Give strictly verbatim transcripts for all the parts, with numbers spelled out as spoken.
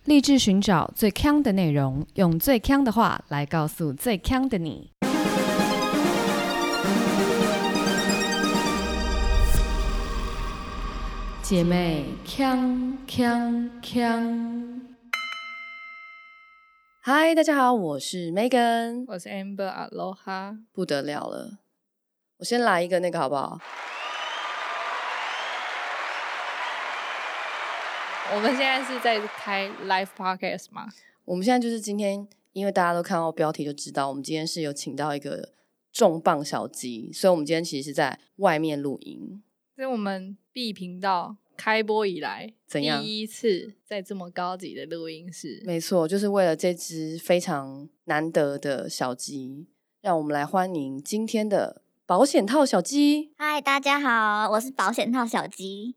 立志寻找最强的内容，用最强的话来告诉最强的你。姐妹，强强强！ 嗨，大家好，我是 Megan， 我是 Amber Aloha。 不得了了，我先来一个那个好不好？ 我们现在是在开 live podcast 吗？ 我们现在就是今天，因为大家都看到标题就知道，我们今天是有请到一个重磅小鸡，所以我们今天其实是在外面录音。 这是我们 B 频道开播以来怎样第一次在这么高级的录音室。 没错，就是为了这只非常难得的小鸡，让我们来欢迎今天的保险套小鸡。 嗨，大家好，我是保险套小鸡。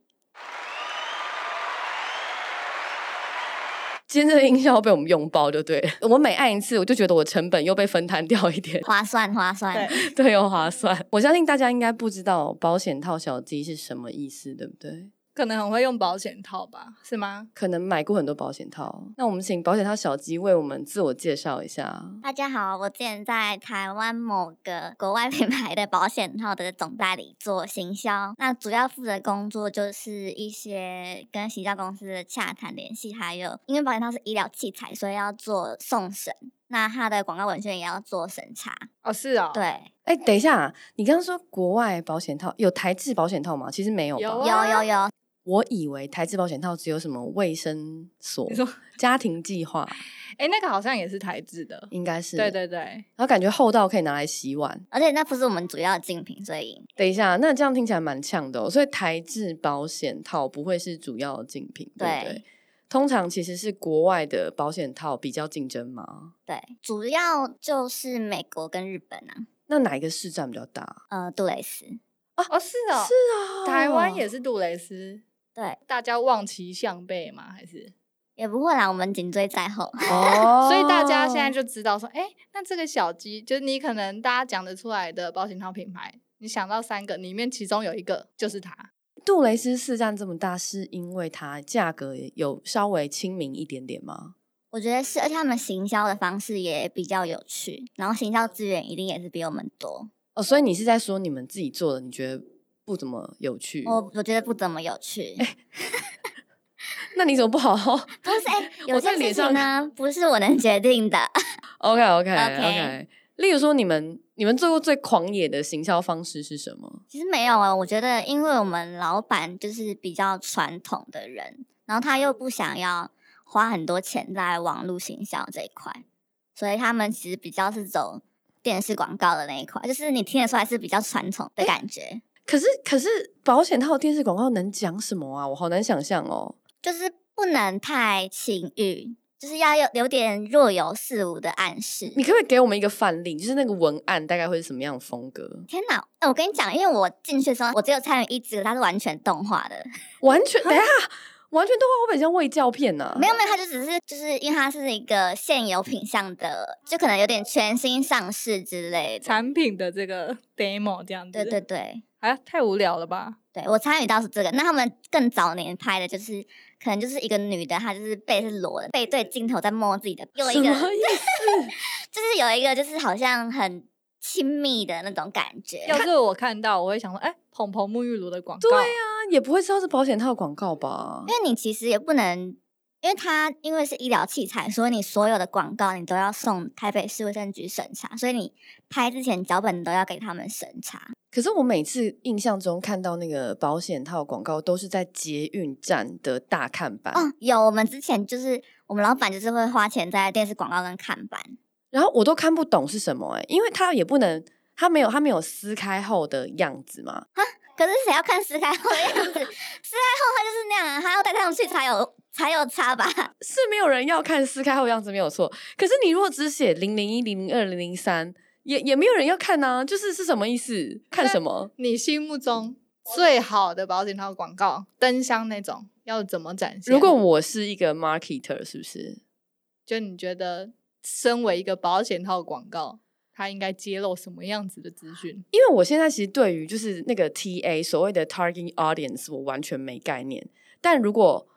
今天这个音效被我们用爆就对了，我每按一次我就觉得我成本又被分摊掉一点， 划算划算， 对对，又划算。我相信大家应该不知道保险套小鸡是什么意思，对不对？ 可能很会用保险套吧，是吗？ 可能买过很多保险套。那我们请保险套小鸡为我们自我介绍一下。 大家好，我之前在台湾某个国外品牌的保险套的总代理做行销，那主要负责工作就是一些跟行销公司的洽谈联系，还有因为保险套是医疗器材，所以要做送审，那它的广告文宣也要做审查。 哦，是哦， 对， 哎，等一下，你刚刚说国外保险套有台制保险套吗？其实没有吧？ 有啊有有有。 我以为台制保险套只有什么卫生所你说、 家庭计划， 哎，那个好像也是台制的， 应该是。 对对对。 然后感觉厚到可以拿来洗碗， 而且那不是我们主要的竞品，所以等一下，那这样听起来蛮呛的哦。所以台制保险套不会是主要的竞品，对不对？ 对通常其实是国外的保险套比较竞争吗？ 对，主要就是美国跟日本啊， 那哪一个市占比较大？ 呃，杜蕾斯， 哦，是哦， 是啊， 台湾也是杜蕾斯， 对， 大家望其项背吗？还是？ 也不会啦，我们紧追在后。 哦， 所以大家现在就知道说，哎，那这个小鸡，就是你可能大家讲得出来的保险套品牌，你想到三个里面，其中有一个就是它。 杜蕾斯市占这么大，是因为它价格有稍微亲民一点点吗？ 我觉得是，而且他们行销的方式也比较有趣，然后行销资源一定也是比我们多。 哦，所以你是在说你们自己做的，你觉得不怎么有趣？ 我我觉得不怎么有趣。 欸那你怎么不好好？ 不是，哎、欸，有我在些事脸上情呢，不是我能决定的。 OK OK OK OK。例如说，你们你们做过最狂野的行销方式是什么？ 其实没有啊，我觉得，因为我们老板就是比较传统的人，然后他又不想要花很多钱在网络行销这一块，所以他们其实比较是走电视广告的那一块，就是你听得出来是比较传统的感觉。欸、 可是可是保险套电视广告能讲什么啊？我好难想象哦。 就是不能太情欲，就是要有有点若有似无的暗示。 你可不可以给我们一个范例？就是那个文案大概会是什么样的风格？ 天哪！欸、我跟你讲，因为我进去的时候，我只有参与一支，它是完全动画的， 完全等一下。完全动画会不会像卫教片呢、啊？ 没有没有，它就只是就是因为它是一个现有品项的，就可能有点全新上市之类的产品的这个 demo 这样子。 对对对， 啊，太无聊了吧？ 对，我参与到是这个。那他们更早年拍的就是可能就是一个女的，她就是背是裸的，背对镜头在摸自己的，有一个什么意思？ 就是有一个就是好像很亲密的那种感觉。 要是我看到，我会想说，哎、欸，蓬蓬沐浴乳的广告。 对啊，也不会知道是保险套广告吧？ 因为你其实也不能，因为它因为是医疗器材，所以你所有的广告你都要送台北市卫生局审查，所以你拍之前脚本都要给他们审查。 可是我每次印象中看到那个保险套广告都是在捷运站的大看板。 哦，有，我们之前就是我们老板就是会花钱在电视广告跟看板， 然后我都看不懂是什么哎、欸，因为他也不能，他没有他没有撕开后的样子嘛。 哈，可是谁要看撕开后的样子？撕开后它就是那样啊，它要戴上去才有才有差吧？ 是没有人要看撕开后的样子没有错，可是你如果只写零零一、零零二、零零三。也也没有人要看啊，就是是什么意思？看什么？ 你心目中最好的保险套广告，灯箱那种要怎么展现？ 如果我是一个 marketer， 是不是？ 就你觉得，身为一个保险套广告，它应该揭露什么样子的资讯？ 因为我现在其实对于就是那个 T A 所谓的 target audience， 我完全没概念。但如果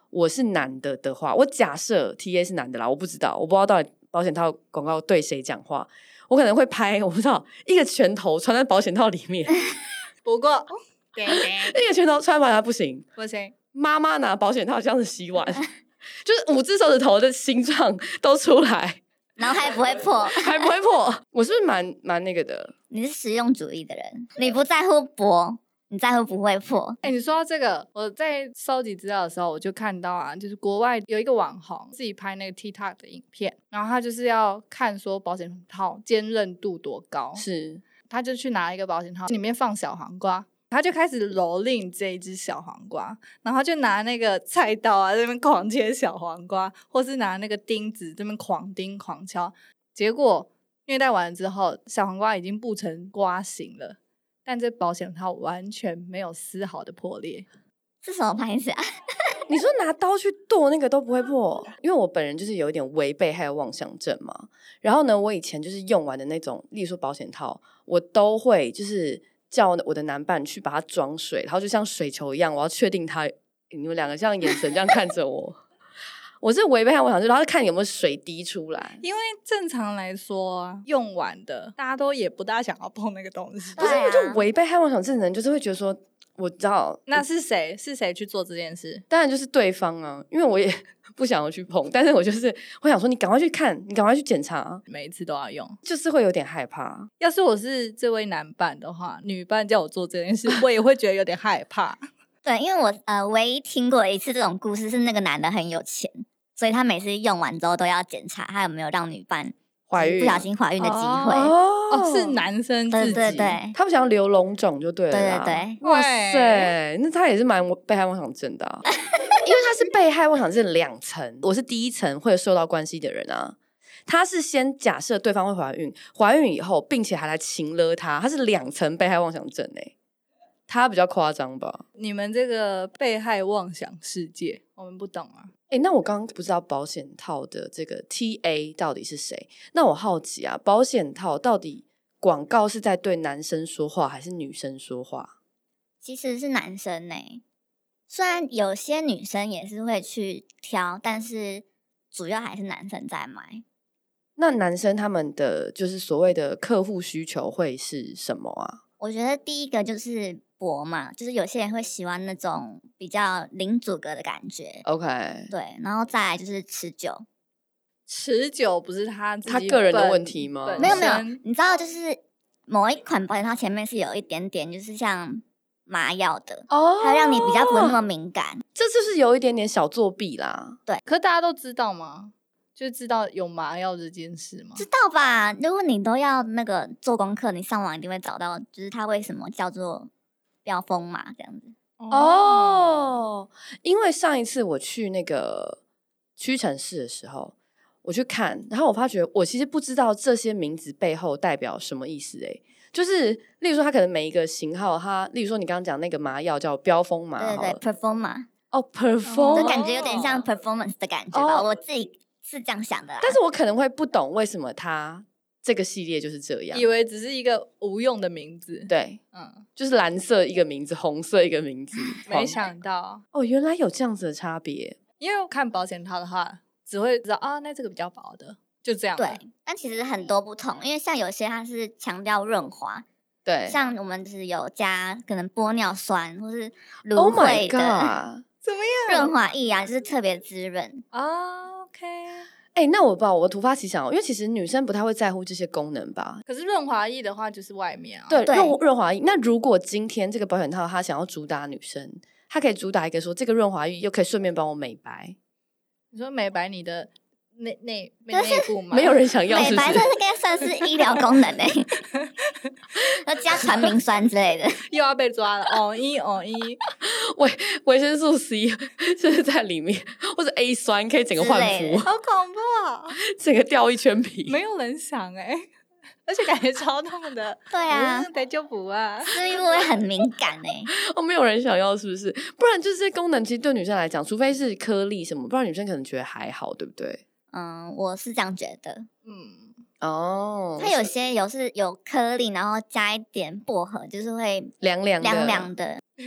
我是男的的话，我假设 T A 是男的啦，我不知道，我不知道到底保险套广告对谁讲话，我可能会拍，我不知道一个拳头穿在保险套里面， 不过对对一个拳头穿保险套不行， 不行， 妈妈拿保险套这样子洗碗，就是五只手指头的形状都出来， 然后还不会破， 还不会破，我是不是蛮蛮那个的？ 你是实用主义的人，你不在乎薄，你在乎不会破。 哎、欸，你说到这个，我在收集资料的时候，我就看到啊，就是国外有一个网红自己拍那个 TikTok 的影片，然后他就是要看说保险套坚韧度多高， 是， 他就去拿一个保险套，里面放小黄瓜，他就开始蹂躏这一只小黄瓜，然后他就拿那个菜刀啊，在那边狂切小黄瓜，或是拿那个钉子这边狂钉狂敲，结果虐待完了之后，小黄瓜已经不成瓜形了。但这保险套完全没有丝毫的破裂， 是什么牌子啊？ 你说拿刀去剁那个都不会破？因为我本人就是有一点违背还有妄想症嘛。然后呢，我以前就是用完的那种，例如说保险套，我都会就是叫我的男伴去把它装水，然后就像水球一样，我要确定他，你们两个像眼神这样看着我。我是违背他妄想症，然后看有没有水滴出来。 因为正常来说，用完的大家都也不大想要碰那个东西。 不是，因为就违背他妄想症的人，就是会觉得说，我知道那是谁？是谁去做这件事？ 当然就是对方啊，因为我也不想要去碰，但是我就是会想说，你赶快去看，你赶快去检查， 每一次都要用， 就是会有点害怕。 要是我是这位男伴的话，女伴叫我做这件事，我也会觉得有点害怕。 对，因为我呃唯一听过一次这种故事是那个男的很有钱，所以他每次用完之后都要检查他有没有让女伴怀孕不小心怀孕的机会。 哦， 哦，是男生自己， 对对对， 他不想要留龙种就对了啦。 对对对， 哇塞，那他也是蛮被害妄想症的、啊，因为他是被害妄想症两层，我是第一层会受到关系的人啊。他是先假设对方会怀孕，怀孕以后，并且还来情勒他，他是两层被害妄想症哎、欸，他比较夸张吧？ 你们这个被害妄想世界，我们不懂啊。 哎、欸，那我刚刚不知道保险套的这个 T A 到底是谁？那我好奇啊，保险套到底广告是在对男生说话还是女生说话？ 其实是男生呢、欸，虽然有些女生也是会去挑，但是主要还是男生在买。 那男生他们的就是所谓的客户需求会是什么啊？ 我觉得第一个就是薄嘛，就是有些人会喜欢那种比较零阻隔的感觉。 OK， 对，然后再来就是持久。 持久不是他自己他个人的问题吗？ 没有没有，你知道就是某一款保险套前面是有一点点就是像麻药的哦，它让你比较不会那么敏感。 这就是有一点点小作弊啦。 对， 可是大家都知道吗？就知道有麻药这件事吗？ 知道吧？如果你都要那个做功课，你上网一定会找到，就是它为什么叫做标风麻这样子。 哦，因为上一次我去那个屈臣氏的时候，我去看，然后我发觉我其实不知道这些名字背后代表什么意思诶。就是例如说它可能每一个型号，它例如说你刚刚讲那个麻药叫标风麻， 对对对 ，performa， 哦 perform， 就感觉有点像 performance 的感觉吧，哦、我自己是这样想的啦。 但是我可能会不懂为什么它这个系列就是这样， 以为只是一个无用的名字。 对， 嗯， 就是蓝色一个名字，红色一个名字， 没想到哦，原来有这样子的差别。 因为我看保险套的话，只会知道啊，那这个比较薄的，就这样。 对，但其实很多不同，因为像有些它是强调润滑， 对， 像我们就是有加可能玻尿酸或是芦荟的， oh 怎么样？ 润滑液啊，就是特别滋润啊。OK， 哎、欸，那我不知道，我突发奇想，因为其实女生不太会在乎这些功能吧。 可是润滑液的话，就是外面啊。 对，润润滑液。那如果今天这个保险套它想要主打女生，它可以主打一个说这个润滑液又可以顺便帮我美白。 你说美白你的内内内部吗？ 没有人想要是不是， 美白这应该算是医疗功能诶、欸，要加传明酸之类的， 又要被抓了。哦一哦一， 维维生素 C 就是在里面，或者 A 酸可以整个焕肤， 好恐怖啊！ 整个掉一圈皮， 没有人想哎、欸，而且感觉超痛的。 对啊， 得就补啊， 私密部会很敏感哎、欸。 哦，没有人想要是不是？不然就是这些功能其实对女生来讲，除非是颗粒什么，不然女生可能觉得还好，对不对？ 嗯，我是这样觉得。 嗯， 哦， 它有些有是有颗粒，然后加一点薄荷，就是会凉凉的凉凉的。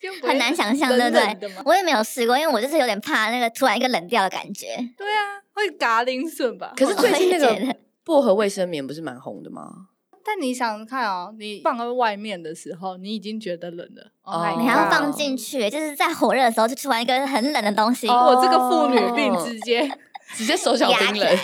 很难想象，对不对？我也没有试过，因为我就是有点怕那个突然一个冷掉的感觉。 对啊，会嘎铃笋吧？ 可是最近那个薄荷卫生棉不是蛮红的吗？ 但你想看哦，你放在外面的时候，你已经觉得冷了，哦、 你还要放进去，就是在火热的时候就突然一个很冷的东西， 我、哦、这个妇女病直接直接手脚冰冷。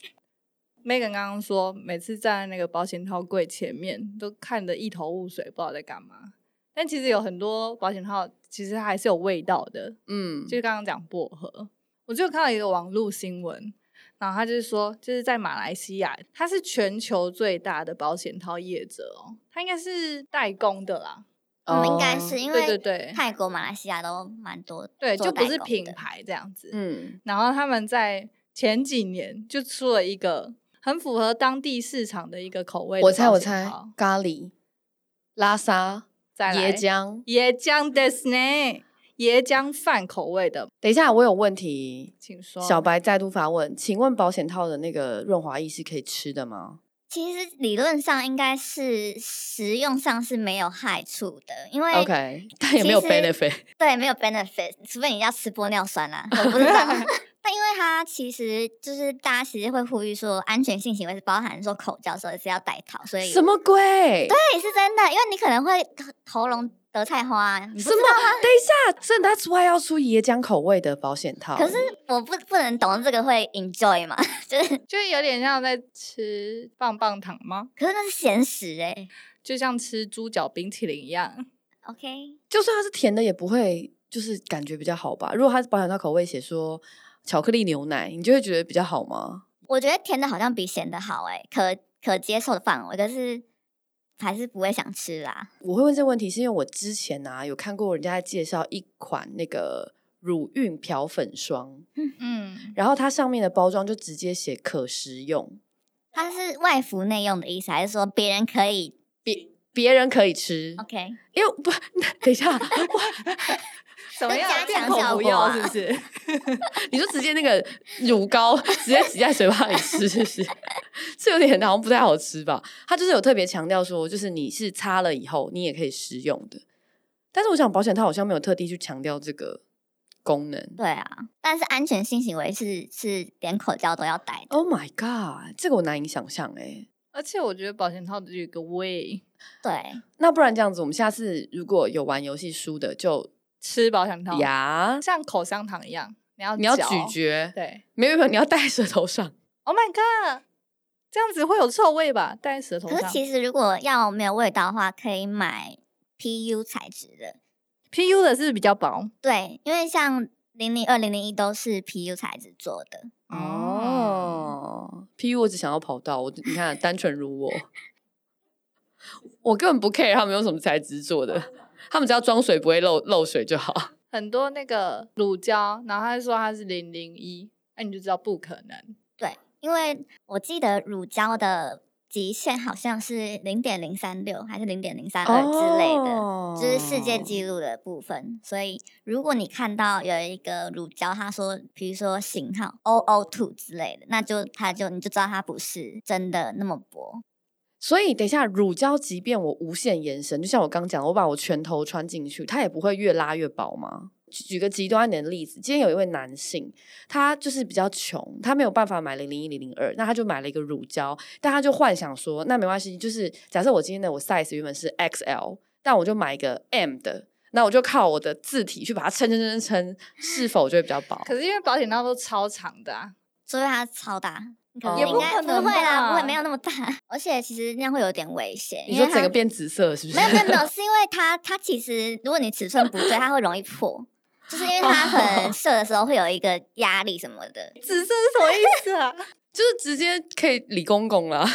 Megan 刚刚说，每次站在那个保险套柜前面，都看得一头雾水，不知道在干嘛。但其实有很多保险套，其实还是有味道的。嗯，就是刚刚讲薄荷，我就看到一个网络新闻，然后他就是说，就是在马来西亚，它是全球最大的保险套业者哦，它应该是代工的啦。 嗯，应该是因为对对对， 泰国、马来西亚都蛮多， 对，就不是品牌这样子。嗯，然后他们在前几年就出了一个很符合当地市场的一个口味的保险套。 我猜我猜，咖喱、拉沙、椰浆、 椰浆ですね，椰浆饭口味的。 等一下，我有问题， 请说。 小白再度发问，请问保险套的那个润滑液是可以吃的吗？ 其实理论上应该是食用上是没有害处的，因为 OK， 但也没有 benefit。 对，没有 benefit， 除非你要吃玻尿酸啦，我不知道。但因为它其实就是大家其实会呼吁说，安全性行为是包含说口交的时候也是要戴套，所以什么鬼？ 对，是真的，因为你可能会喉咙得菜花，你不知道吗？ 等一下，所以他出来要出椰浆口味的保险套。 可是我不不能懂这个会 enjoy 嘛，就是就是有点像在吃棒棒糖吗？ 可是那是咸食哎、欸， 就像吃猪脚冰淇淋一样。 OK， 就算它是甜的，也不会就是感觉比较好吧？如果它保险套口味写说巧克力牛奶，你就会觉得比较好吗？ 我觉得甜的好像比咸的好哎、欸，可可接受的范围，可是还是不会想吃啦。 我会问这个问题是因为我之前啊有看过人家在介绍一款那个乳晕漂粉霜，嗯，然后它上面的包装就直接写可食用。 它是外服内用的意思，还是说别人可以别别人可以吃 ？OK， 因为不，等一下， 什么样加强效果、 啊、是不是？ 你说直接那个乳膏直接挤在嘴巴里吃，是不是？这有点好像不太好吃吧？它就是有特别强调说，就是你是擦了以后你也可以食用的。但是我想保险套好像没有特地去强调这个功能。 对啊，但是安全性行为是是连口交都要戴的。 Oh my god， 这个我难以想象哎、欸。 而且我觉得保险套有一个味。 对， 那不然这样子，我们下次如果有玩游戏输的就吃保险套呀， 像口香糖一样，你要你要咀嚼， 对， 没有没有，你要戴舌头上。 Oh my god， 这样子会有臭味吧？戴舌头上。 可是其实如果要没有味道的话，可以买 P U 材质的。 P U 的是比较薄， 对，因为像零零二、零零一都是 P U 材质做的。 哦 ，P U 我只想要跑道，我你看单纯如我，我根本不 care 他们用什么材质做的，他们只要装水不会漏漏水就好。 很多那个乳胶，然后他说它是零零一，那你就知道不可能。 对，因为我记得乳胶的极限好像是零点零三六还是零点零三二之类的，哦，就是世界纪录的部分。所以如果你看到有一个乳胶，他说比如说型号 O O 二 之类的，那就他就你就知道它不是真的那么薄。 所以等一下，乳胶即便我无限延伸，就像我刚讲，我把我拳头穿进去，它也不会越拉越薄吗？举个极端一点的例子，今天有一位男性，他就是比较穷，他没有办法买零零一、零零二，那他就买了一个乳胶，但他就幻想说，那没关系，就是假设我今天的我 size 原本是 X L， 但我就买一个 M 的，那我就靠我的字体去把它撑撑撑撑，是否就会比较薄？ 可是因为保险套都超长的啊， 所以它超大。 哦、也不可能不会啦，不会没有那么大，而且其实那样会有点危险。 你说整个变紫色是不是？ 没有没有没有，是因为它它其实如果你尺寸不对，它会容易破，就是因为它可能射的时候会有一个压力什么的。 紫色是什么意思啊？ 就是直接可以理公公啦。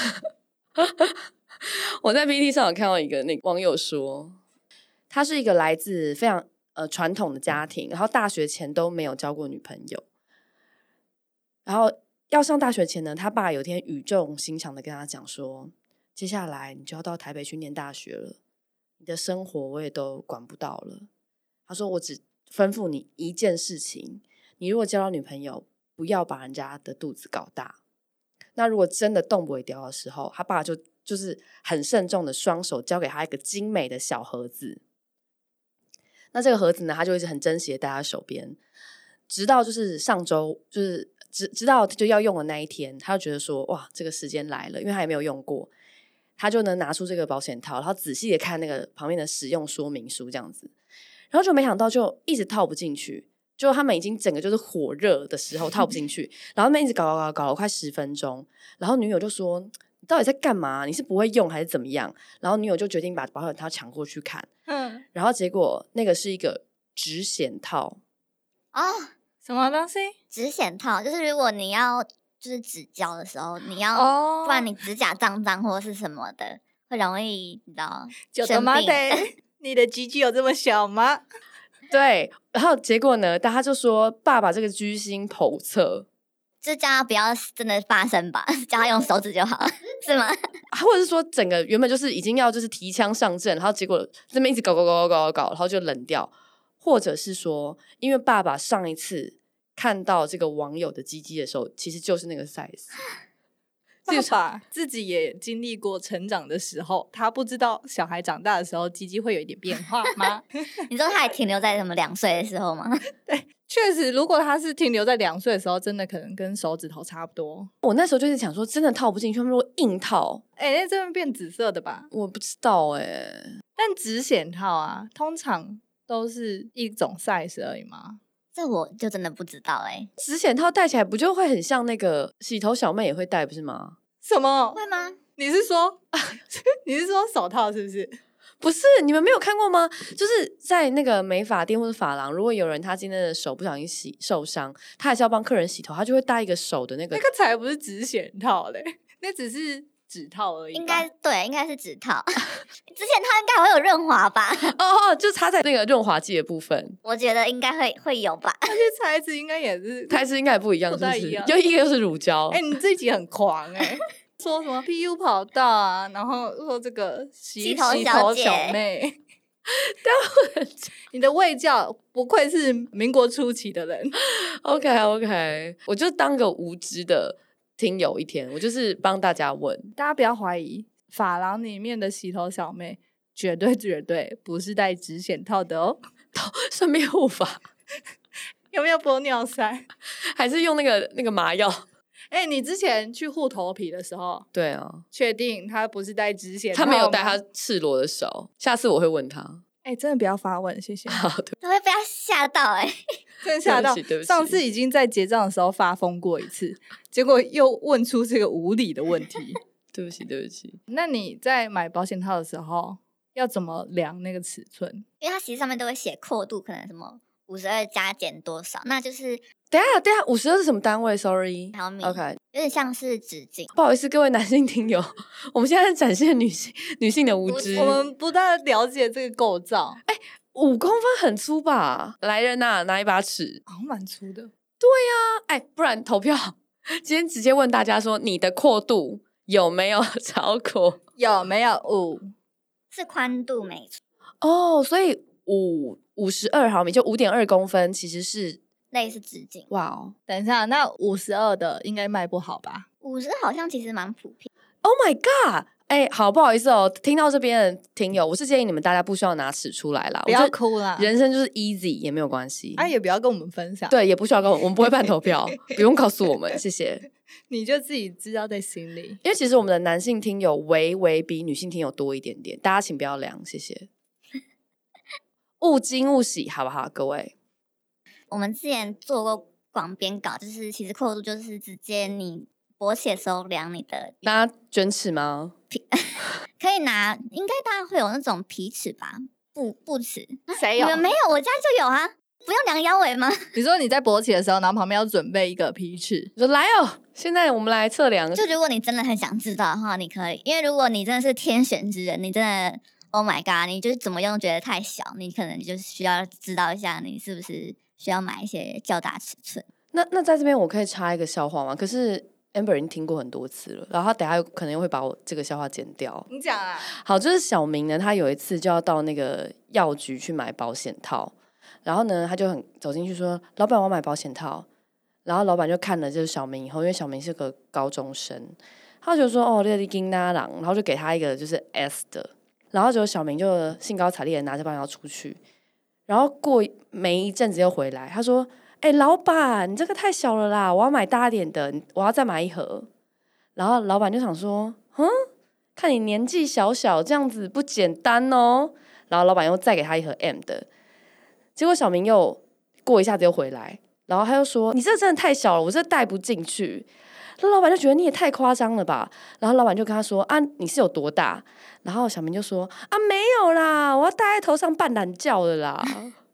我在 P T T 上有看到一个那个网友说，他是一个来自非常呃传统的家庭，然后大学前都没有交过女朋友，然后要上大学前呢，他爸有天语重心长的跟他讲说，接下来你就要到台北去念大学了，你的生活我也都管不到了。他说我只吩咐你一件事情，你如果交到女朋友，不要把人家的肚子搞大。那如果真的动不会掉的时候，他爸就就是很慎重的双手交给他一个精美的小盒子， 那这个盒子呢，他就一直很珍惜的戴在手边，直到就是上周，就是直直到就要用的那一天，他就觉得说，哇，这个时间来了，因为他也没有用过，他就能拿出这个保险套，然后仔细的看那个旁边的使用说明书这样子，然后就没想到就一直套不进去，就他们已经整个就是火热的时候套不进去，然后他们一直搞搞搞搞了快十分钟，然后女友就说，你到底在干嘛？你是不会用还是怎么样？然后女友就决定把保险套抢过去看，嗯，然后结果那个是一个指险套哦，什么东西？ 指险套就是如果你要就是指交的时候，你要、 哦、 不然你指甲脏脏或者是什么的，会容易你知道生病。你的鸡鸡有这么小吗？ 对，然后结果呢，大家就说爸爸这个居心叵测， 就叫他不要真的发生吧，叫他用手指就好了，是吗？ 或者是说整个原本就是已经要就是提枪上阵，然后结果这边一直搞搞搞搞搞搞，然后就冷掉，或者是说因为爸爸上一次看到这个网友的鸡鸡的时候，其实就是那个 size。 爸爸自己也经历过成长的时候，他不知道小孩长大的时候鸡鸡会有一点变化吗？ 你说他还停留在什么两岁的时候吗？ 对，确实，如果他是停留在两岁的时候，真的可能跟手指头差不多。 我那时候就是想说，真的套不进去，他们如果硬套， 哎、欸，那这边变紫色的吧？ 我不知道哎、欸。 但指险套啊，通常都是一种 size 而已吗？ 这我就真的不知道哎、欸。 指险套戴起来不就会很像那个洗头小妹也会戴不是吗？ 什么？ 会吗？ 你是说你是说手套是不是？ 不是，你们没有看过吗？就是在那个美发店或者发廊，如果有人他今天的手不小心洗受伤，他还是要帮客人洗头，他就会戴一个手的那个。 那个才不是指险套嘞，那只是指套而已。 应该对，应该是指套。指险套应该会有润滑吧？ 哦哦，就插在那个润滑剂的部分。 我觉得应该会会有吧。 而且材质应该也是， 材质应该也不一样， 不太一样。 就一个又是乳胶。 哎、欸，你这一集很狂哎、欸。说什么 P U 跑道啊，然后说这个洗洗头小妹，但你的卫教不愧是民国初期的人。 OK OK， 我就当个无知的听友一天，我就是帮大家问， 大家不要怀疑，发廊里面的洗头小妹绝对绝对不是戴指险套的哦， 顺便护发， 有没有玻尿塞？ 还是用那个那个麻药？ 哎、欸，你之前去护头皮的时候， 对啊， 确定他不是戴指险套吗？ 他没有戴他赤裸的手，下次我会问他。 哎、欸，真的不要发问，谢谢。 好的， 他会被他吓到哎、欸， 真的吓到。上次已经在结账的时候发疯过一次，结果又问出这个无理的问题。 对不起，对不起。 那你在买保险套的时候要怎么量那个尺寸？ 因为它其实上面都会写刻度，可能什么五十二加减多少，那就是等一下等一下，五十二是什么单位 ？Sorry， 毫米 OK， 有点像是直径。 不好意思，各位男性听友，我们现在在展现女性女性的无知， 我们不大了解这个构造。 哎、欸，五公分很粗吧？来人呐、啊，拿一把尺， 好像蛮粗的。对呀、啊，哎、欸，不然投票，今天直接问大家说，你的阔度有没有超过？ 有没有五？ 是宽度没错。 哦，所以五五十二毫米就五点二公分，其实是类似直径。 哇哦， 等一下，那五十二的应该卖不好吧？ 五十好像其实蛮普遍。 Oh my god！ 哎、欸，好，不好意思哦，听到这边的听友，我是建议你们大家不需要拿尺出来啦， 不要哭啦， 人生就是 easy 也没有关系， 啊，也不要跟我们分享， 对，也不需要跟我们，我们不会办投票，不用告诉我们，谢谢。 你就自己知道在心里， 因为其实我们的男性听友微微比女性听友多一点点，大家请不要量，谢谢。勿惊勿喜，好不好，各位？ 我们之前做过广编稿，就是其实刻度就是直接你勃起的时候量你的。 拿卷尺吗？ 可以拿，应该大家会有那种皮尺吧？布布尺？ 谁有？ 你们没有？我家就有啊。不用量腰围吗？ 你说你在勃起的时候，然后旁边要准备一个皮尺， 你说来哦，现在我们来测量。 就如果你真的很想知道的话，你可以，因为如果你真的是天选之人，你真的 Oh my God， 你就是怎么用觉得太小，你可能就需要知道一下，你是不是需要买一些较大尺寸。 那那在这边我可以插一个笑话吗？可是 Amber 已经听过很多次了，然后他等一下可能又会把我这个笑话剪掉。 你讲啊。 好，就是小明呢，他有一次就要到那个药局去买保险套。然后呢，他就很走进去说：“老板，我要买保险套。”然后老板就看了就是小明以后，因为小明是个高中生，他就说：“哦，这个金拉郎。”然后就给他一个就是 S 的。然后就小明就兴高采烈的拿着保险套出去， 然后过没一阵子又回来，他说：“哎、欸，老板，你这个太小了啦，我要买大点的，我要再买一盒。”然后老板就想说：“哼，看你年纪小小，这样子不简单哦。”然后老板又再给他一盒 M 的，结果小明又过一下子又回来，然后他又说：“你这真的太小了，我这带不进去。”那老板就觉得你也太夸张了吧，然后老板就跟他说：“啊，你是有多大？”然后小明就说：“啊，没有啦，我要戴在头上扮懒觉的啦。”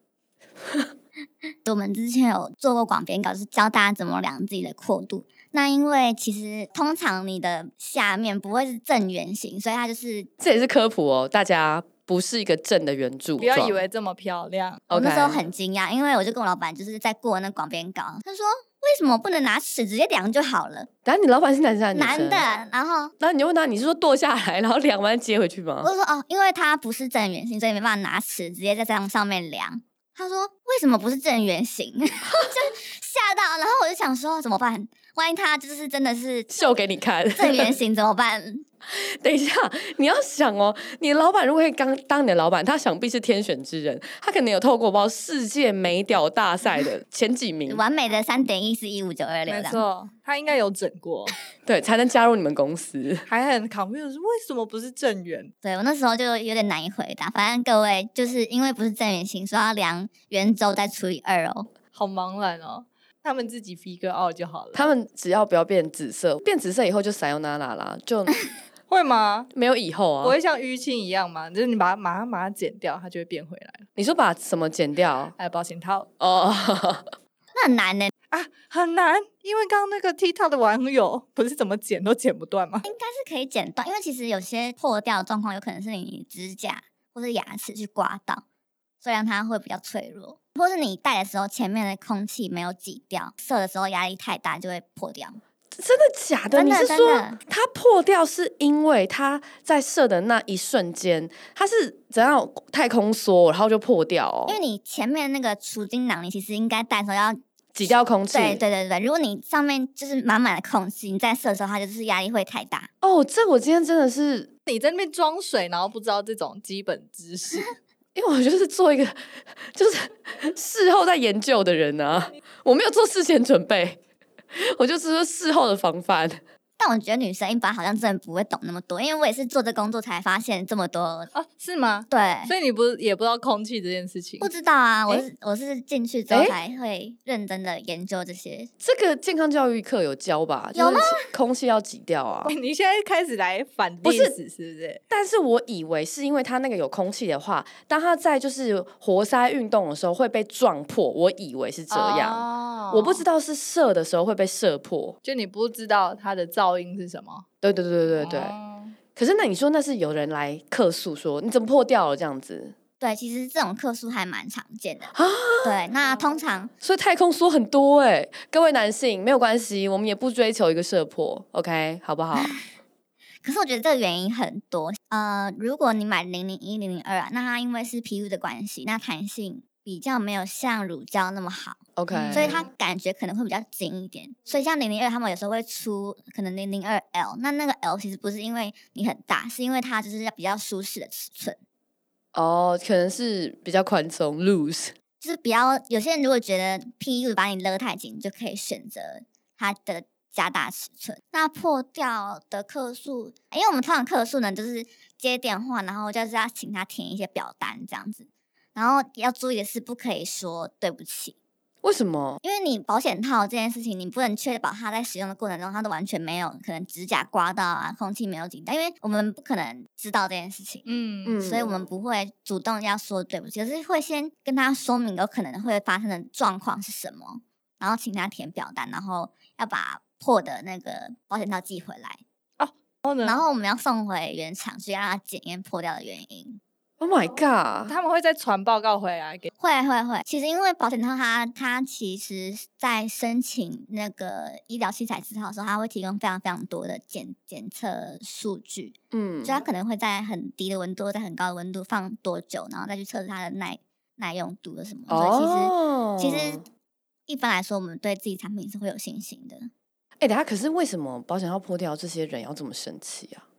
我们之前有做过广编稿，就是教大家怎么量自己的阔度。那因为其实通常你的下面不会是正圆形，所以它就是这也是科普哦，大家不是一个正的圆柱状， 不要以为这么漂亮。 我那时候很惊讶，因为我就跟我老板就是在过那广编稿，他说为什么不能拿尺直接量就好了？ 等下你老板是男生还是女生？ 男的，然后然后你就问他，你是说剁下来，然后量完接回去吗？ 我就说哦，因为它不是正圆形，所以没办法拿尺直接在这样上面量。他说为什么不是正圆形？就吓到，然后我就想说怎么办？万一他就是真的是秀给你看正圆形怎么办？ 等一下，你要想哦，你的老板如果可以刚当你的老板，他想必是天选之人，他可能有透过包世界美屌大赛的前几名， 完美的三点一四一五九二六， 没错，他应该有整过， 对，才能加入你们公司。 还很 confused， 为什么不是正圆？ 对我那时候就有点难以回答。反正各位就是因为不是正圆形，所以要量圆周再除以二哦。 好茫然哦。他们自己 figure out 就好了。 他们只要不要变紫色，变紫色以后就sayonara啦，就会吗？ 没有以后啊。 不会像淤青一样吗？就是你把它马上把它剪掉，它就会变回来了。 你说把什么剪掉？ 还有保险套哦， 那很难呢啊，很难，因为刚刚那个 TikTok 的网友不是怎么剪都剪不断吗？ 应该是可以剪断，因为其实有些破掉的状况，有可能是你指甲或是牙齿去刮到，所以让它会比较脆弱。或是你戴的时候前面的空气没有挤掉，射的时候压力太大就会破掉。 真的假的？ 真的你是说它破掉是因为它在射的那一瞬间，它是怎样太空缩，然后就破掉哦？ 因为你前面那个除精囊，你其实应该戴的时候要挤掉空气。 对对对对，如果你上面就是满满的空气，你在射的时候，它就是压力会太大。 哦，这我今天真的是你在那边装水，然后不知道这种基本知识。 因为我就是做一个就是事后在研究的人啊，我没有做事前准备，我就只是事后的防范。 但我觉得女生一般好像真的不会懂那么多，因为我也是做这工作才发现这么多啊，是吗？ 对， 所以你不也不知道空气这件事情？ 不知道啊，我是我是进去之后才会认真的研究这些。 这个健康教育课有教吧？ 有吗？ 就是空气要挤掉啊！ 你现在开始来反历史是不是？ 但是我以为是因为它那个有空气的话，当它在就是活塞运动的时候会被撞破，我以为是这样。哦，我不知道是射的时候会被射破， 就你不知道它的噪音是什么。 对对对对对、哦、可是那你说那是有人来客诉说你怎么破掉了这样子？ 对，其实这种客诉还蛮常见的啊。对，那通常所以太空梭很多哎、欸，各位男性没有关系，我们也不追求一个射破 ，OK 好不好？ 可是我觉得这个原因很多，呃，如果你买零零一、零零二啊，那它因为是 P U 的关系，那弹性比较没有像乳胶那么好 ，OK， 所以它感觉可能会比较紧一点。所以像零零二，他们有时候会出可能零零二 L， 那那个 L 其实不是因为你很大，是因为它就是要比较舒适的尺寸。 哦，可能是比较宽松 loose， 就是比较有些人如果觉得 P U 把你勒太紧，就可以选择它的加大尺寸。那破掉的客诉，因为我们通常客诉呢，就是接电话，然后就是要请他填一些表单这样子。然后要注意的是，不可以说对不起。 为什么？ 因为你保险套这件事情，你不能确保它在使用的过程中，它都完全没有可能指甲刮到啊，空气没有挤到，因为我们不可能知道这件事情，嗯嗯，所以我们不会主动要说对不起，可是会先跟他说明有可能会发生的状况是什么，然后请他填表单，然后要把破的那个保险套寄回来哦，然后我们要送回原厂，去让他检验破掉的原因。 Oh my god！ 他们会再传报告回来给？ 会会会。其实因为保险套它它其实在申请那个医疗器材字号的时候，它会提供非常非常多的检检测数据，嗯，所以它可能会在很低的温度，在很高的温度放多久，然后再去测试它的耐耐用度的什么。哦、所以其实其实一般来说，我们对自己产品是会有信心的。 哎、欸，等下，可是为什么保险套破掉，这些人要这么生气啊？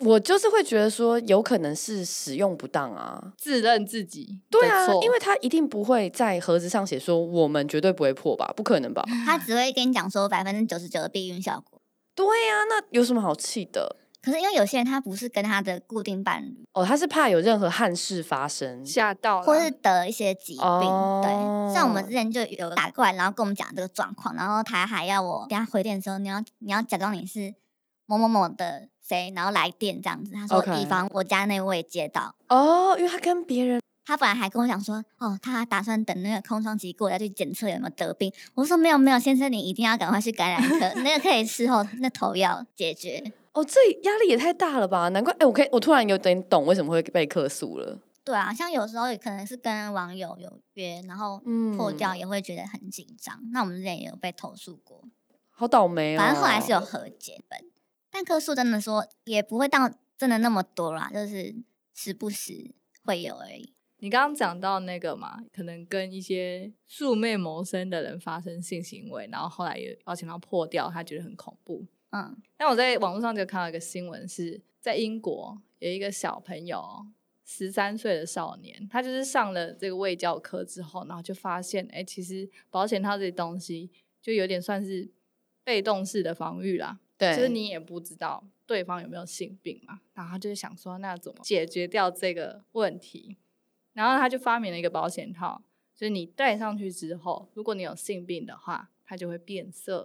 我就是会觉得说，有可能是使用不当啊， 自认自己对啊， 的错因为他一定不会在盒子上写说我们绝对不会破吧，不可能吧？ 他只会跟你讲说百分之九十九的避孕效果。 对啊，那有什么好气的？ 可是因为有些人他不是跟他的固定伴侣， 哦，他是怕有任何憾事发生， 吓到了， 或是得一些疾病， 哦对，像我们之前就有打过来，然后跟我们讲这个状况，然后他还要我等下回电的时候，你要你要假装你是某某某的谁，然后来电这样子。他说 OK 以防我家那位接到。 哦，因为他跟别人他本来还跟我讲说，哦，他打算等那个空窗期过要去检测有没有得病。我说没有没有，先生你一定要赶快去感染科，那个可以事后那头药解决。 哦，这压力也太大了吧？难怪，哎，我可以，我突然有点懂为什么会被客诉了。 对啊，像有时候也可能是跟网友有约，然后破掉也会觉得很紧张。嗯、那我们之前也有被投诉过， 好倒霉哦。 反正后来是有和解本，但客诉真的说也不会到真的那么多啦，就是时不时会有而已。 你刚刚讲到那个嘛，可能跟一些素昧谋生的人发生性行为，然后后来也保险套破掉，他觉得很恐怖。 嗯， 但我在网络上就看到一个新闻，是在英国有一个小朋友，十三岁的少年，他就是上了这个卫教课之后，然后就发现，哎，其实保险套这些东西就有点算是被动式的防御啦。 对， 就是你也不知道对方有没有性病嘛，然后他就想说，那怎么解决掉这个问题？然后他就发明了一个保险套，就是你戴上去之后，如果你有性病的话，它就会变色。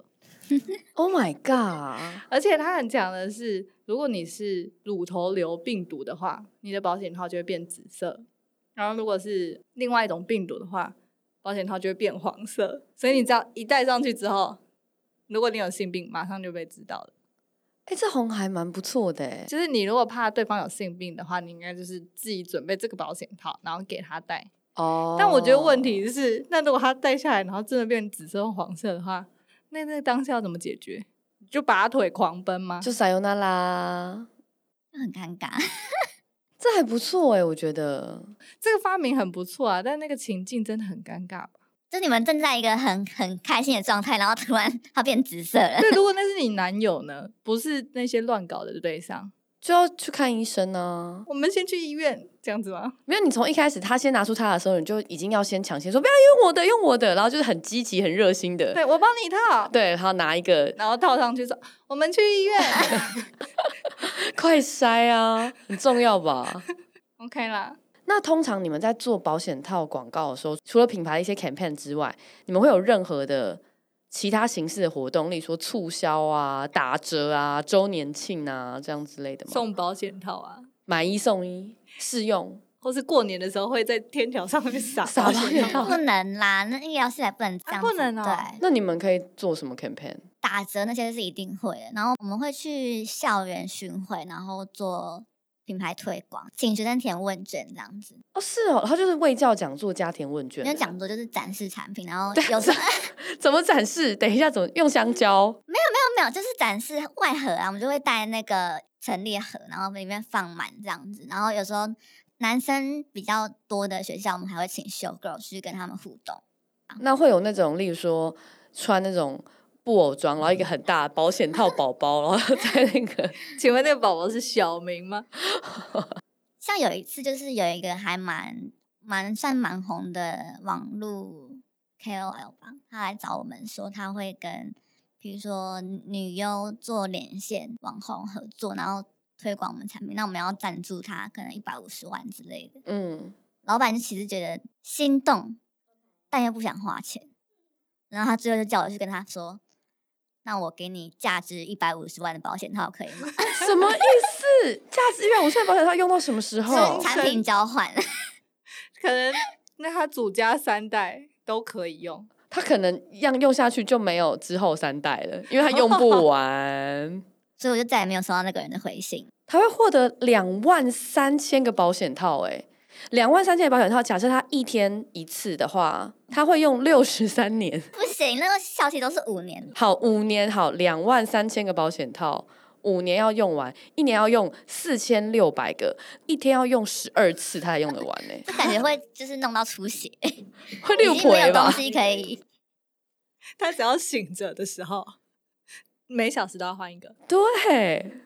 Oh my god！ 而且他很讲的是，如果你是乳头瘤病毒的话，你的保险套就会变紫色；然后如果是另外一种病毒的话，保险套就会变黄色。所以你只要一戴上去之后，如果你有性病，马上就被知道了。 哎、欸，这红还蛮不错的哎。 就是你如果怕对方有性病的话，你应该就是自己准备这个保险套，然后给他戴。哦。但我觉得问题是，那如果他戴下来，然后真的变紫色或黄色的话，那那当下要怎么解决？就拔他腿狂奔吗？ 就撒尤那拉， 很尴尬。 这还不错哎，我觉得这个发明很不错啊，但那个情境真的很尴尬吧？ 就你们正在一个很很开心的状态，然后突然它变紫色了。 对，如果那是你男友呢？不是那些乱搞的对象， 就要去看医生啊。 我们先去医院，这样子吗？ 没有，你从一开始他先拿出他的时候，你就已经要先抢先说不要用我的，用我的，然后就是很积极、很热心的。 对，我帮你套。 对，然后拿一个， 然后套上去说我们去医院， 快筛啊，很重要吧 ？OK 啦。 那通常你们在做保险套广告的时候，除了品牌的一些 campaign 之外，你们会有任何的其他形式的活动，例如说促销啊、打折啊、周年庆啊这样之类的吗？ 送保险套啊， 买一送一试用， 或是过年的时候会在天桥上面撒撒保险套。 不能啦，那医疗系还不能这样子、 啊、不能哦。 对， 那你们可以做什么 campaign？ 打折那些是一定会的，然后我们会去校园巡回，然后做品牌推广，请学生填问卷这样子。 哦，是哦，然后就是卫教讲座加填问卷。 因为讲座就是展示产品，然后有时候怎么展示？等一下怎么用香蕉？ 没有没有没有，就是展示外盒啊，我们就会带那个陈列盒，然后里面放满这样子。然后有时候男生比较多的学校，我们还会请 show girl 去跟他们互动。 那会有那种，例如说穿那种布偶装，然后一个很大的保险套宝宝，然后在那个， 请问那个宝宝是小明吗？ 像有一次就是有一个还蛮蛮算蛮红的网络 K O L 吧，他来找我们说他会跟比如说女优做连线网红合作，然后推广我们产品，那我们要赞助他可能一百五十万之类的。嗯，老板就其实觉得心动，但又不想花钱，然后他最后就叫我去跟他说，那我给你价值一百五十万的保险套可以吗？ 什么意思？价值一百五十万保险套用到什么时候？ 产品交换， 可能那他祖家三代都可以用， 他可能样用下去就没有之后三代了，因为他用不完。 所以我就再也没有收到那个人的回信。 他会获得两万三千个保险套、欸，哎，两万三千个保险套，假设他一天一次的话，他会用六十三年。 不行，那个效期都是五年。 好，五年好，两万三千个保险套，五年要用完，一年要用四千六百个，一天要用十二次，他才用得完呢、欸。 这感觉会就是弄到出血， 会六已经没有吧？ 东西可以。 他只要醒着的时候，每小时都要换一个。 对。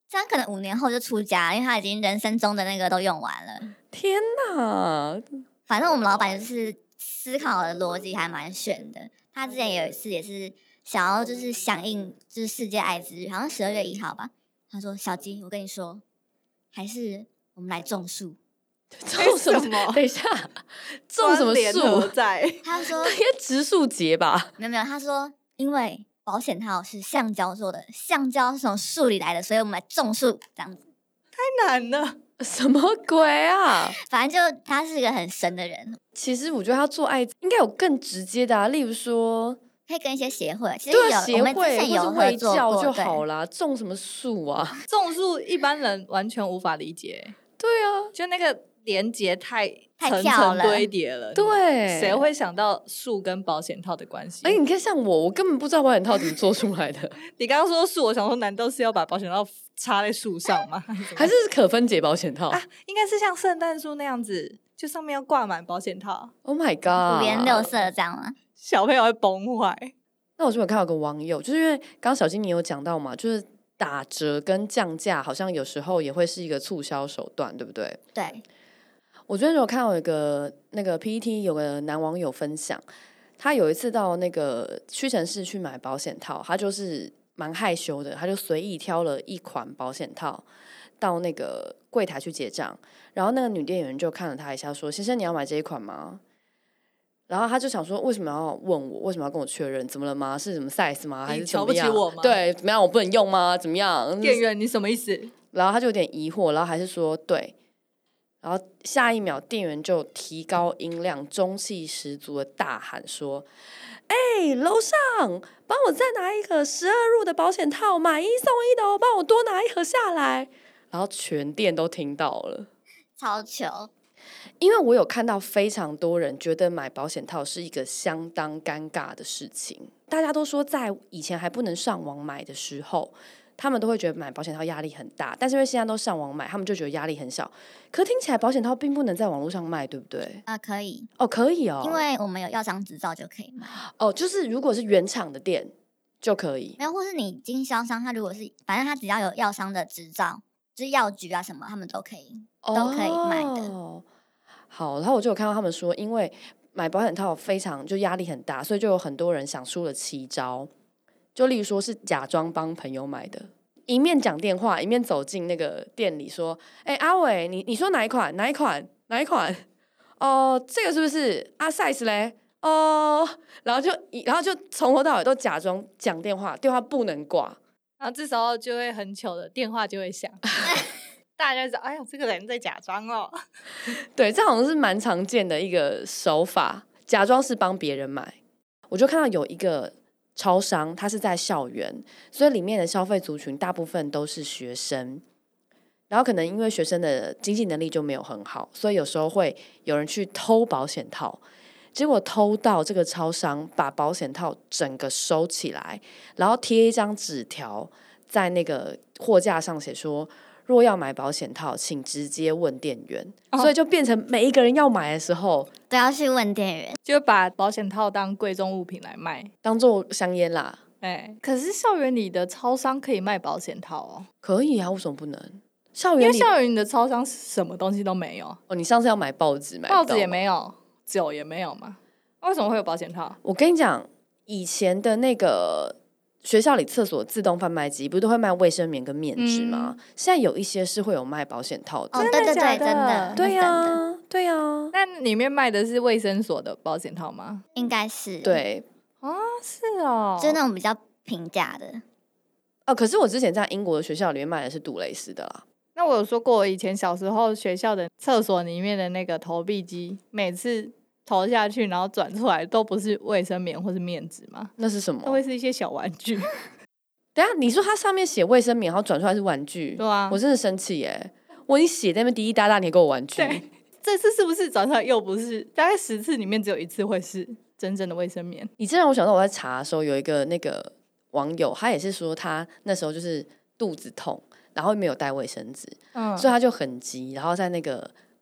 这样可能五年后就出家，因为他已经人生中的那个都用完了。 天哪！ 反正我们老板就是思考的逻辑还蛮玄的。他之前有一次也是想要就是响应就是世界艾滋日，好像十二月一号吧。他说：“小鸡，我跟你说，还是我们来种树。” 种什么？ 什么等一下，种什么关联何树？ 在？ 他说应该植树节吧？ 没有没有，他说因为保险套是橡胶做的，橡胶是从树里来的，所以我们来种树这样子。 太难了。 什么鬼啊？ 反正就他是一个很神的人， 其实我觉得他做爱应该有更直接的啊，例如说， 可以跟一些协会，其实对啊， 有我们之协会前有合或是卫作过， 教就对好啦，种什么树啊？ 种树一般人完全无法理解， 对啊， 就那个连结太太层层跳了堆叠了。 对， 谁会想到树跟保险套的关系？ 哎、你看像我，我根本不知道保险套怎么做出来的， 你刚刚说树，我想说，难道是要把保险套插在树上吗？ 还是可分解保险套、 啊，应该是像圣诞树那样子，就上面要挂满保险套， ？Oh my god！ 五颜六色这样吗？ 小朋友会崩坏。 那我这边有看到有个网友，就是因为刚刚小金你有讲到嘛，就是打折跟降价，好像有时候也会是一个促销手段，对不对？ 对， 我昨天有看到有一个那个 P T T 有个男网友分享，他有一次到那个屈臣氏去买保险套，他就是蛮害羞的，他就随意挑了一款保险套到那个柜台去结账，然后那个女店员就看了他一下，说：“先生，你要买这一款吗？”然后他就想说，为什么要问我？为什么要跟我确认？怎么了吗？是什么 size 吗？还是怎么样？ 你瞧不起我吗对，怎么样？我不能用吗？怎么样？ 店员，你什么意思？ 然后他就有点疑惑，然后还是说对。然后下一秒，店员就提高音量，中气十足的大喊说：“哎、楼上，帮我再拿一个十二入的保险套，买一送一的哦，帮我多拿一盒下来。”然后全店都听到了。 超糗。 因为我有看到非常多人觉得买保险套是一个相当尴尬的事情，大家都说在以前还不能上网买的时候，他们都会觉得买保险套压力很大，但是因为现在都上网买，他们就觉得压力很小。可听起来保险套并不能在网络上卖，对不对？ 啊、可以， 哦，可以哦， 因为我们有药商执照就可以买。 哦，就是如果是原厂的店就可以没有，或是你经销商，他如果是反正他只要有药商的执照，就是药局啊什么，他们都可以都可以卖的。 哦好，然后我就有看到他们说，因为买保险套非常就压力很大，所以就有很多人想出了奇招，就例如说是假装帮朋友买的，一面讲电话，一面走进那个店里说：“哎、阿伟，你你说哪一款？哪一款？哪一款？哦，这个是不是？啊 size 嘞？哦，然后就然后就从头到尾都假装讲电话，电话不能挂。” 然后这时候就会很糗的电话就会响，大家就知道，哎呦，这个人在假装哦。 对，这好像是蛮常见的一个手法，假装是帮别人买。我就看到有一个超商，它是在校园，所以里面的消费族群大部分都是学生。然后可能因为学生的经济能力就没有很好，所以有时候会有人去偷保险套。结果偷到这个超商，把保险套整个收起来，然后贴一张纸条在那个货架上写说：“若要买保险套，请直接问店员。 哦所以就变成每一个人要买的时候， 都要去问店员。 就把保险套当贵重物品来卖。 当做香烟啦。 哎，可是校园里的超商可以卖保险套哦， 可以啊，为什么不能？校因为园里校园里的超商什么东西都没有， 哦，你上次要买报纸，买不报纸也到吗没有，酒也没有嘛，为什么会有保险套？ 我跟你讲，以前的那个学校里厕所自动贩卖机不是都会卖卫生棉跟面纸吗？ 嗯现在有一些是会有卖保险套的。 哦， 真对对对， 的假的真的， 对呀、 那真的对呀、 那里面卖的是卫生所的保险套吗？ 应该是， 对啊，是哦， 就是那种比较平价的。 哦。可是我之前在英国的学校里面卖的是杜蕾斯的啦。 那我有说过，我以前小时候学校的厕所里面的那个投币机，每次投下去然后转出来都不是卫生棉或是面纸吗？ 那是什么？ 都会是一些小玩具。 等一下你说它上面写卫生棉，然后转出来是玩具， 对啊我真的生气耶！我已经写在那边滴滴答答，你还给我玩具。 对，这次是不是转出来又不是？大概十次里面只有一次会是真正的卫生棉。 你这让我想到我在查的时候，有一个那个网友，他也是说他那时候就是肚子痛，然后没有带卫生纸， 嗯， 所以他就很急，然后在那个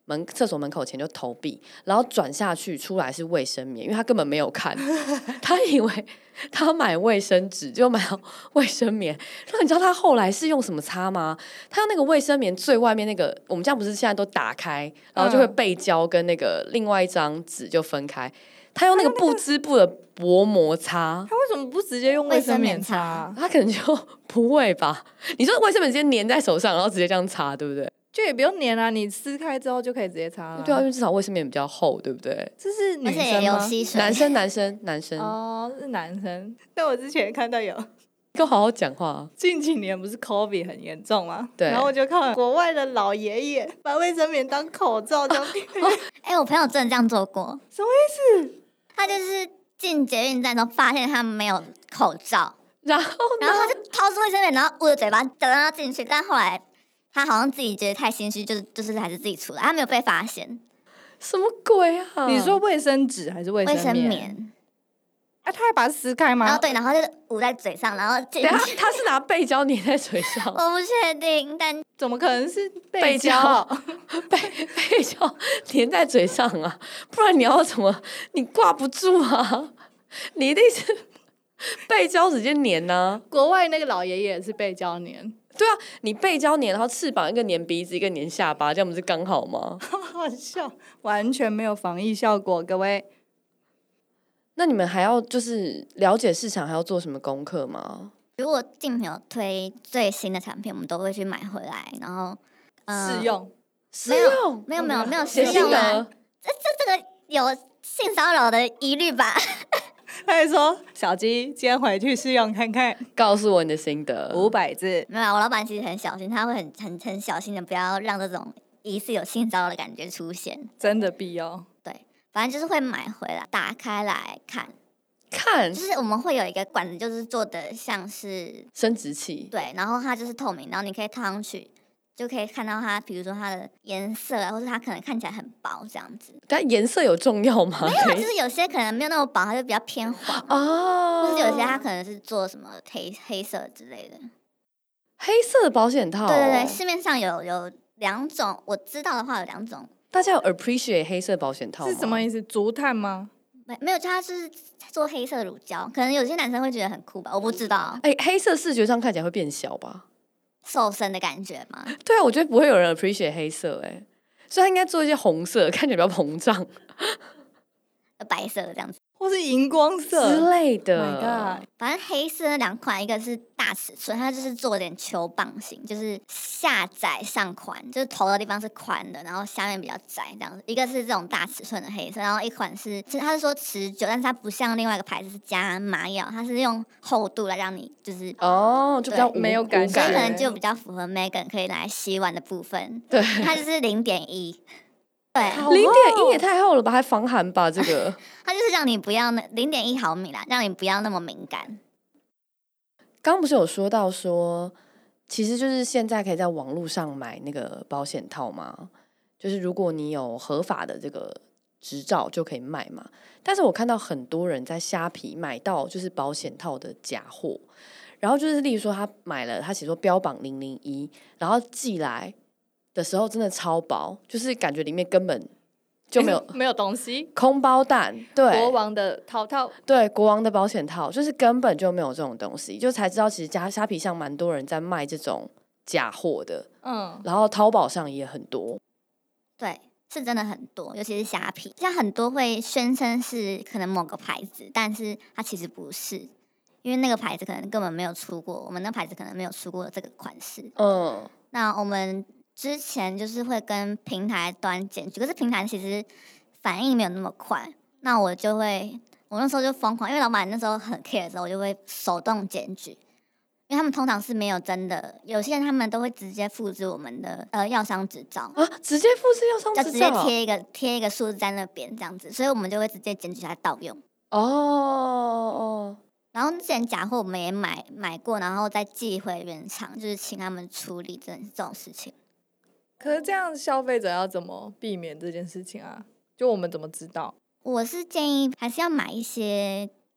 门厕所门口前就投币，然后转下去出来是卫生棉，因为他根本没有看，他以为他买卫生纸就买到卫生棉。然后你知道他后来是用什么擦吗？他用那个卫生棉最外面那个，我们家不是现在都打开，然后就会背胶跟那个另外一张纸就分开。他用那个不织布的薄膜擦， 他为什么不直接用卫生棉擦？ 他可能就不会吧？你说卫生棉直接粘在手上，然后直接这样擦，对不对？ 就也不用粘啊，你撕开之后就可以直接擦了。 对啊，因为至少卫生棉比较厚，对不对？ 这是女而且也生吗？ 有吸水。 男生，男生，男生。 哦，是男生。但我之前看到有， 跟我好好讲话啊。 近几年不是 COVID 很严重吗？ 对。 然后我就看国外的老爷爷把卫生棉当口罩这样贴。 哎、欸，我朋友真的这样做过。 什么意思？ 他就是进捷运站的时候发现他没有口罩， 然后然后他就掏出卫生棉，然后捂着嘴巴等他进去，但后来他好像自己觉得太心虚，就是就是还是自己出来，他没有被发现。 什么鬼啊？ 你说卫生纸还是卫生卫生棉？ 棉啊，他还把它撕开吗？ 然后对，然后就捂在嘴上，然后进去。 等下他是拿背胶粘在嘴上， 我不确定，但怎么可能是背胶？ 背背胶粘在嘴上啊？不然你要怎么？你挂不住啊！你一定是背胶直接粘啊。 国外那个老爷爷也是背胶粘。 对啊，你背胶粘，然后翅膀一个粘鼻子，一个粘下巴，这样不是刚好吗？ 好笑，完全没有防疫效果，各位。 那你们还要就是了解市场，还要做什么功课吗？ 如果竞品有推最新的产品，我们都会去买回来，然后试用。 试用？ 没有没有没有写试用啊！ 这这这个有性骚扰的疑虑吧？ 他还说：“小鸡，今天回去试用看看， 告诉我你的心得。” 五百字。 没有，我老板其实很小心，他会很很很小心的，不要让这种疑似有性骚扰的感觉出现。 真的必要。 对，反正就是会买回来，打开来看。 看， 就是我们会有一个管子，就是做的像是生殖器， 对，然后它就是透明，然后你可以套上去，就可以看到它，比如说它的颜色啊，或者它可能看起来很薄这样子。 但颜色有重要吗？ 没有，就是有些可能没有那么薄，它就比较偏黄哦， 或者有些它可能是做什么黑黑色之类的。 黑色的保险套、哦， 对对对，市面上有有两种，我知道的话有两种。 大家有 appreciate 黑色保险套吗？ 是什么意思？竹炭吗？ 没没有，它是做黑色乳胶，可能有些男生会觉得很酷吧，我不知道。 哎、欸，黑色视觉上看起来会变小吧？ 瘦身的感觉吗？ 对啊，我觉得不会有人 appreciate 黑色、欸，哎，所以他应该做一些红色，看起来比较膨胀， 白色这样子。 或是荧光色之类的。 Oh my god！ 反正黑色那两款，一个是大尺寸，它就是做点球棒型，就是下窄上宽，就是头的地方是宽的，然后下面比较窄这样子。一个是这种大尺寸的黑色，然后一款是，其实它是说持久，但是它不像另外一个牌子是加麻药，它是用厚度来让你就是哦，就比较没有感觉， 所以可能就比较符合 Megan 可以拿来洗碗的部分。 对， 它就是零点一。对， 零点一也太厚了吧，还防寒吧？这个它就是让你不要那零点一毫米啦，让你不要那么敏感。 刚刚不是有说到说，其实就是现在可以在网络上买那个保险套吗？就是如果你有合法的这个执照就可以卖嘛。但是我看到很多人在虾皮买到就是保险套的假货，然后就是例如说他买了，他写说标榜零零一，然后寄来的时候真的超薄，就是感觉里面根本就没有没有东西， 空包蛋。对， 国王的套套， 对，国王的保险套，就是根本就没有这种东西，就才知道其实家虾皮上蛮多人在卖这种假货的， 嗯， 然后淘宝上也很多。 对，是真的很多，尤其是虾皮，像很多会宣称是可能某个牌子，但是它其实不是，因为那个牌子可能根本没有出过，我们那牌子可能没有出过这个款式。 嗯， 那我们之前就是会跟平台端检举，可是平台其实反应没有那么快，那我就会，我那时候就疯狂，因为老板那时候很 care 的时候，我就会手动检举，因为他们通常是没有真的，有些人他们都会直接复制我们的呃药商执照啊，直接复制药商执照， 就直接贴一个贴一个数字在那边这样子，所以我们就会直接检举它盗用。 哦哦。 然后之前假货我们也买买过，然后再寄回原厂，就是请他们处理这这种事情。 可是这样消费者要怎么避免这件事情啊？就我们怎么知道？ 我是建议还是要买一些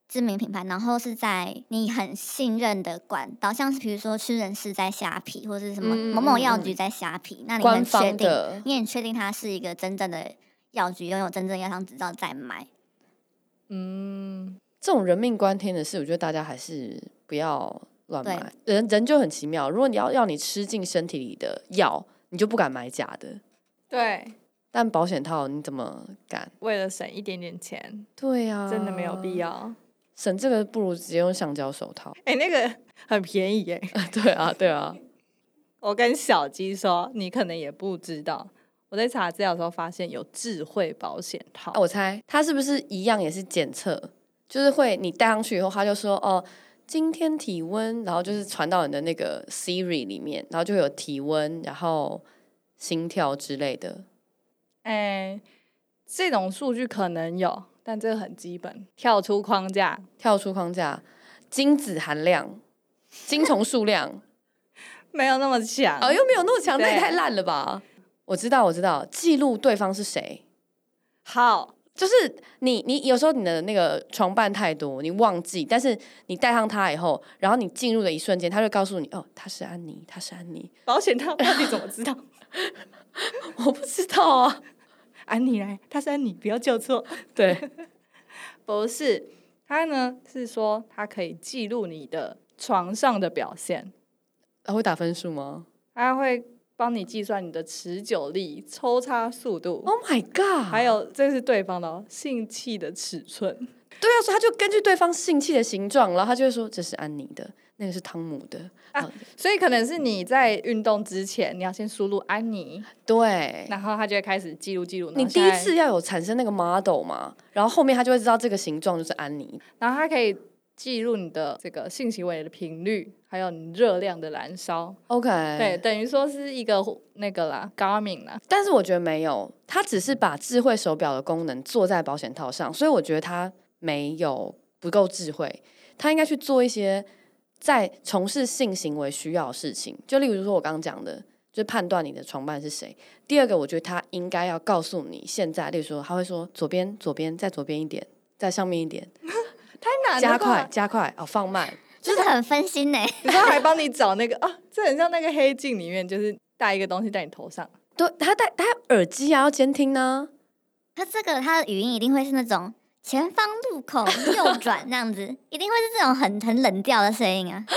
知名品牌，然后是在你很信任的管道，像是比如说屈臣氏在虾皮，或是什么嗯某某药局在虾皮，那你官很确定方的， 你很确定它是一个真正的药局，拥有真正药商执照再买。 嗯， 这种人命关天的事，我觉得大家还是不要乱对买。人人就很奇妙，如果你要要你吃进身体里的药，你就不敢买假的。 对， 但保险套你怎么敢？ 为了省一点点钱， 对啊， 真的没有必。要。 省这个不如直接用橡胶手套。 哎、那个很便宜耶。 对啊，对啊。 我跟小鸡说，你可能也不知道，我在查资料的时候发现有智慧保险套。 啊我猜它是不是一样也是检测，就是会你戴上去以后，他就说哦，今天体温，然后就是传到你的那个 Siri 里面，然后就会有体温，然后心跳之类的。 哎、这种数据可能有，但这个很基本，跳出框架。 跳出框架，精子含量、精虫数量， 没有那么强。 哦，又没有那么强，那也对太烂了吧？我知道，我知道，记录对方是谁。 好， 就是你，你有时候你的那个床伴太多，你忘记，但是你戴上它以后，然后你进入的一瞬间，他就告诉你，哦，他是安妮，他是安妮。 保险套到底怎么知道？ 我不知道啊。 安妮来，他是安妮，不要叫错。 对， 不是，他呢是说他可以记录你的床上的表现， 啊会打分数吗他会帮你计算你的持久力、抽插速度， ？Oh my god！ 还有这是对方的哦，性器的尺寸。 对啊，所以他就根据对方性器的形状，然后他就会说这是安妮的，那个是汤姆的。 啊，所以可能是你在运动之前，你要先输入安妮， 对， 然后他就会开始记录记录。 你第一次要有产生那个 model 嘛，然后后面他就会知道这个形状就是安妮。 然后他可以记录你的这个性行为的频率，还有你热量的燃烧。 OK， 对，等于说是一个那个啦 Garmin 啦。 但是我觉得没有，他只是把智慧手表的功能做在保险套上，所以我觉得他没有不够智慧，他应该去做一些在从事性行为需要的事情，就例如说我刚刚讲的，就是判断你的床伴是谁。第二个，我觉得他应该要告诉你现在，例如说他会说左边左边再左边一点，再上面一点， 太难了吧， 加快加快哦，放慢。 真的很分心呢。 你说还帮你找那个啊，这很像那个黑镜里面，就是戴一个东西在你头上。 对，他戴他耳机啊，要监听呢、 它这个它的语音一定会是那种前方路口右转这样子，一定会是这种很很冷调的声音啊。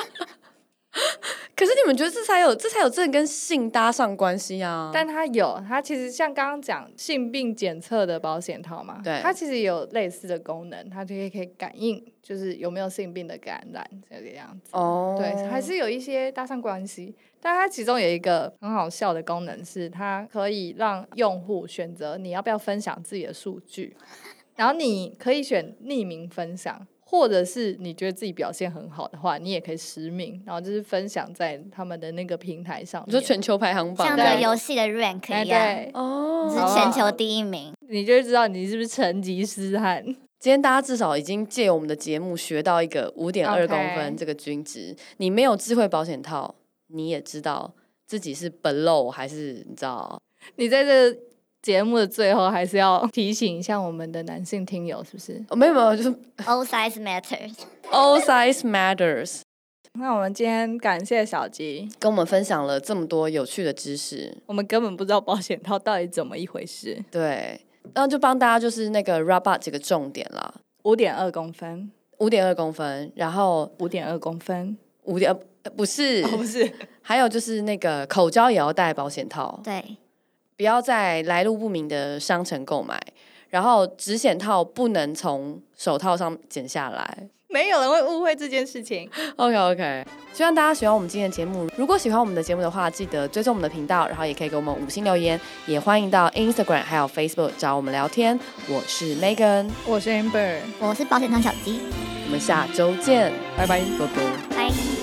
可是你们觉得这才有这才有真的跟性搭上关系啊？ 但它有，它其实像刚刚讲性病检测的保险套嘛， 对它其实有类似的功能，它就可以可以感应，就是有没有性病的感染这个样子。 哦， 对，还是有一些搭上关系。但它其中有一个很好笑的功能是，它可以让用户选择你要不要分享自己的数据，然后你可以选匿名分享。或者是你觉得自己表现很好的话，你也可以实名，然后就是分享在他们的那个平台上面。 你说全球排行榜像这样， 这个游戏的 rank 哎一样， 对， 哦， 你是全球第一名。 你就会知道你是不是成吉思汗。 今天大家至少已经借我们的节目学到一个五点二 OK 公分这个均值。你没有智慧保险套，你也知道自己是 below 还是你知道？ 你在这个节目的最后还是要提醒一下我们的男性听友，是不是？ 哦，没有没有，就是 All size matters。 all size matters。 那我们今天感谢小吉， 跟我们分享了这么多有趣的知识， 我们根本不知道保险套到底怎么一回事。 对，然后就帮大家就是那个 wrap up 几个重点啦， 五点二公分， 五点二公分，然后五点二公分， 五点不是、 哦、不是， 还有就是那个口交也要戴保险套， 对， 不要在来路不明的商城购买，然后指险套不能从手套上剪下来。 没有人会误会这件事情。 OK OK， 希望大家喜欢我们今天的节目。如果喜欢我们的节目的话，记得追踪我们的频道，然后也可以给我们五星留言，也欢迎到 Instagram 还有 Facebook 找我们聊天。我是 Megan， 我是 Amber， 我是保险套小鸡， 我们下周见， 拜拜。 拜拜。 拜。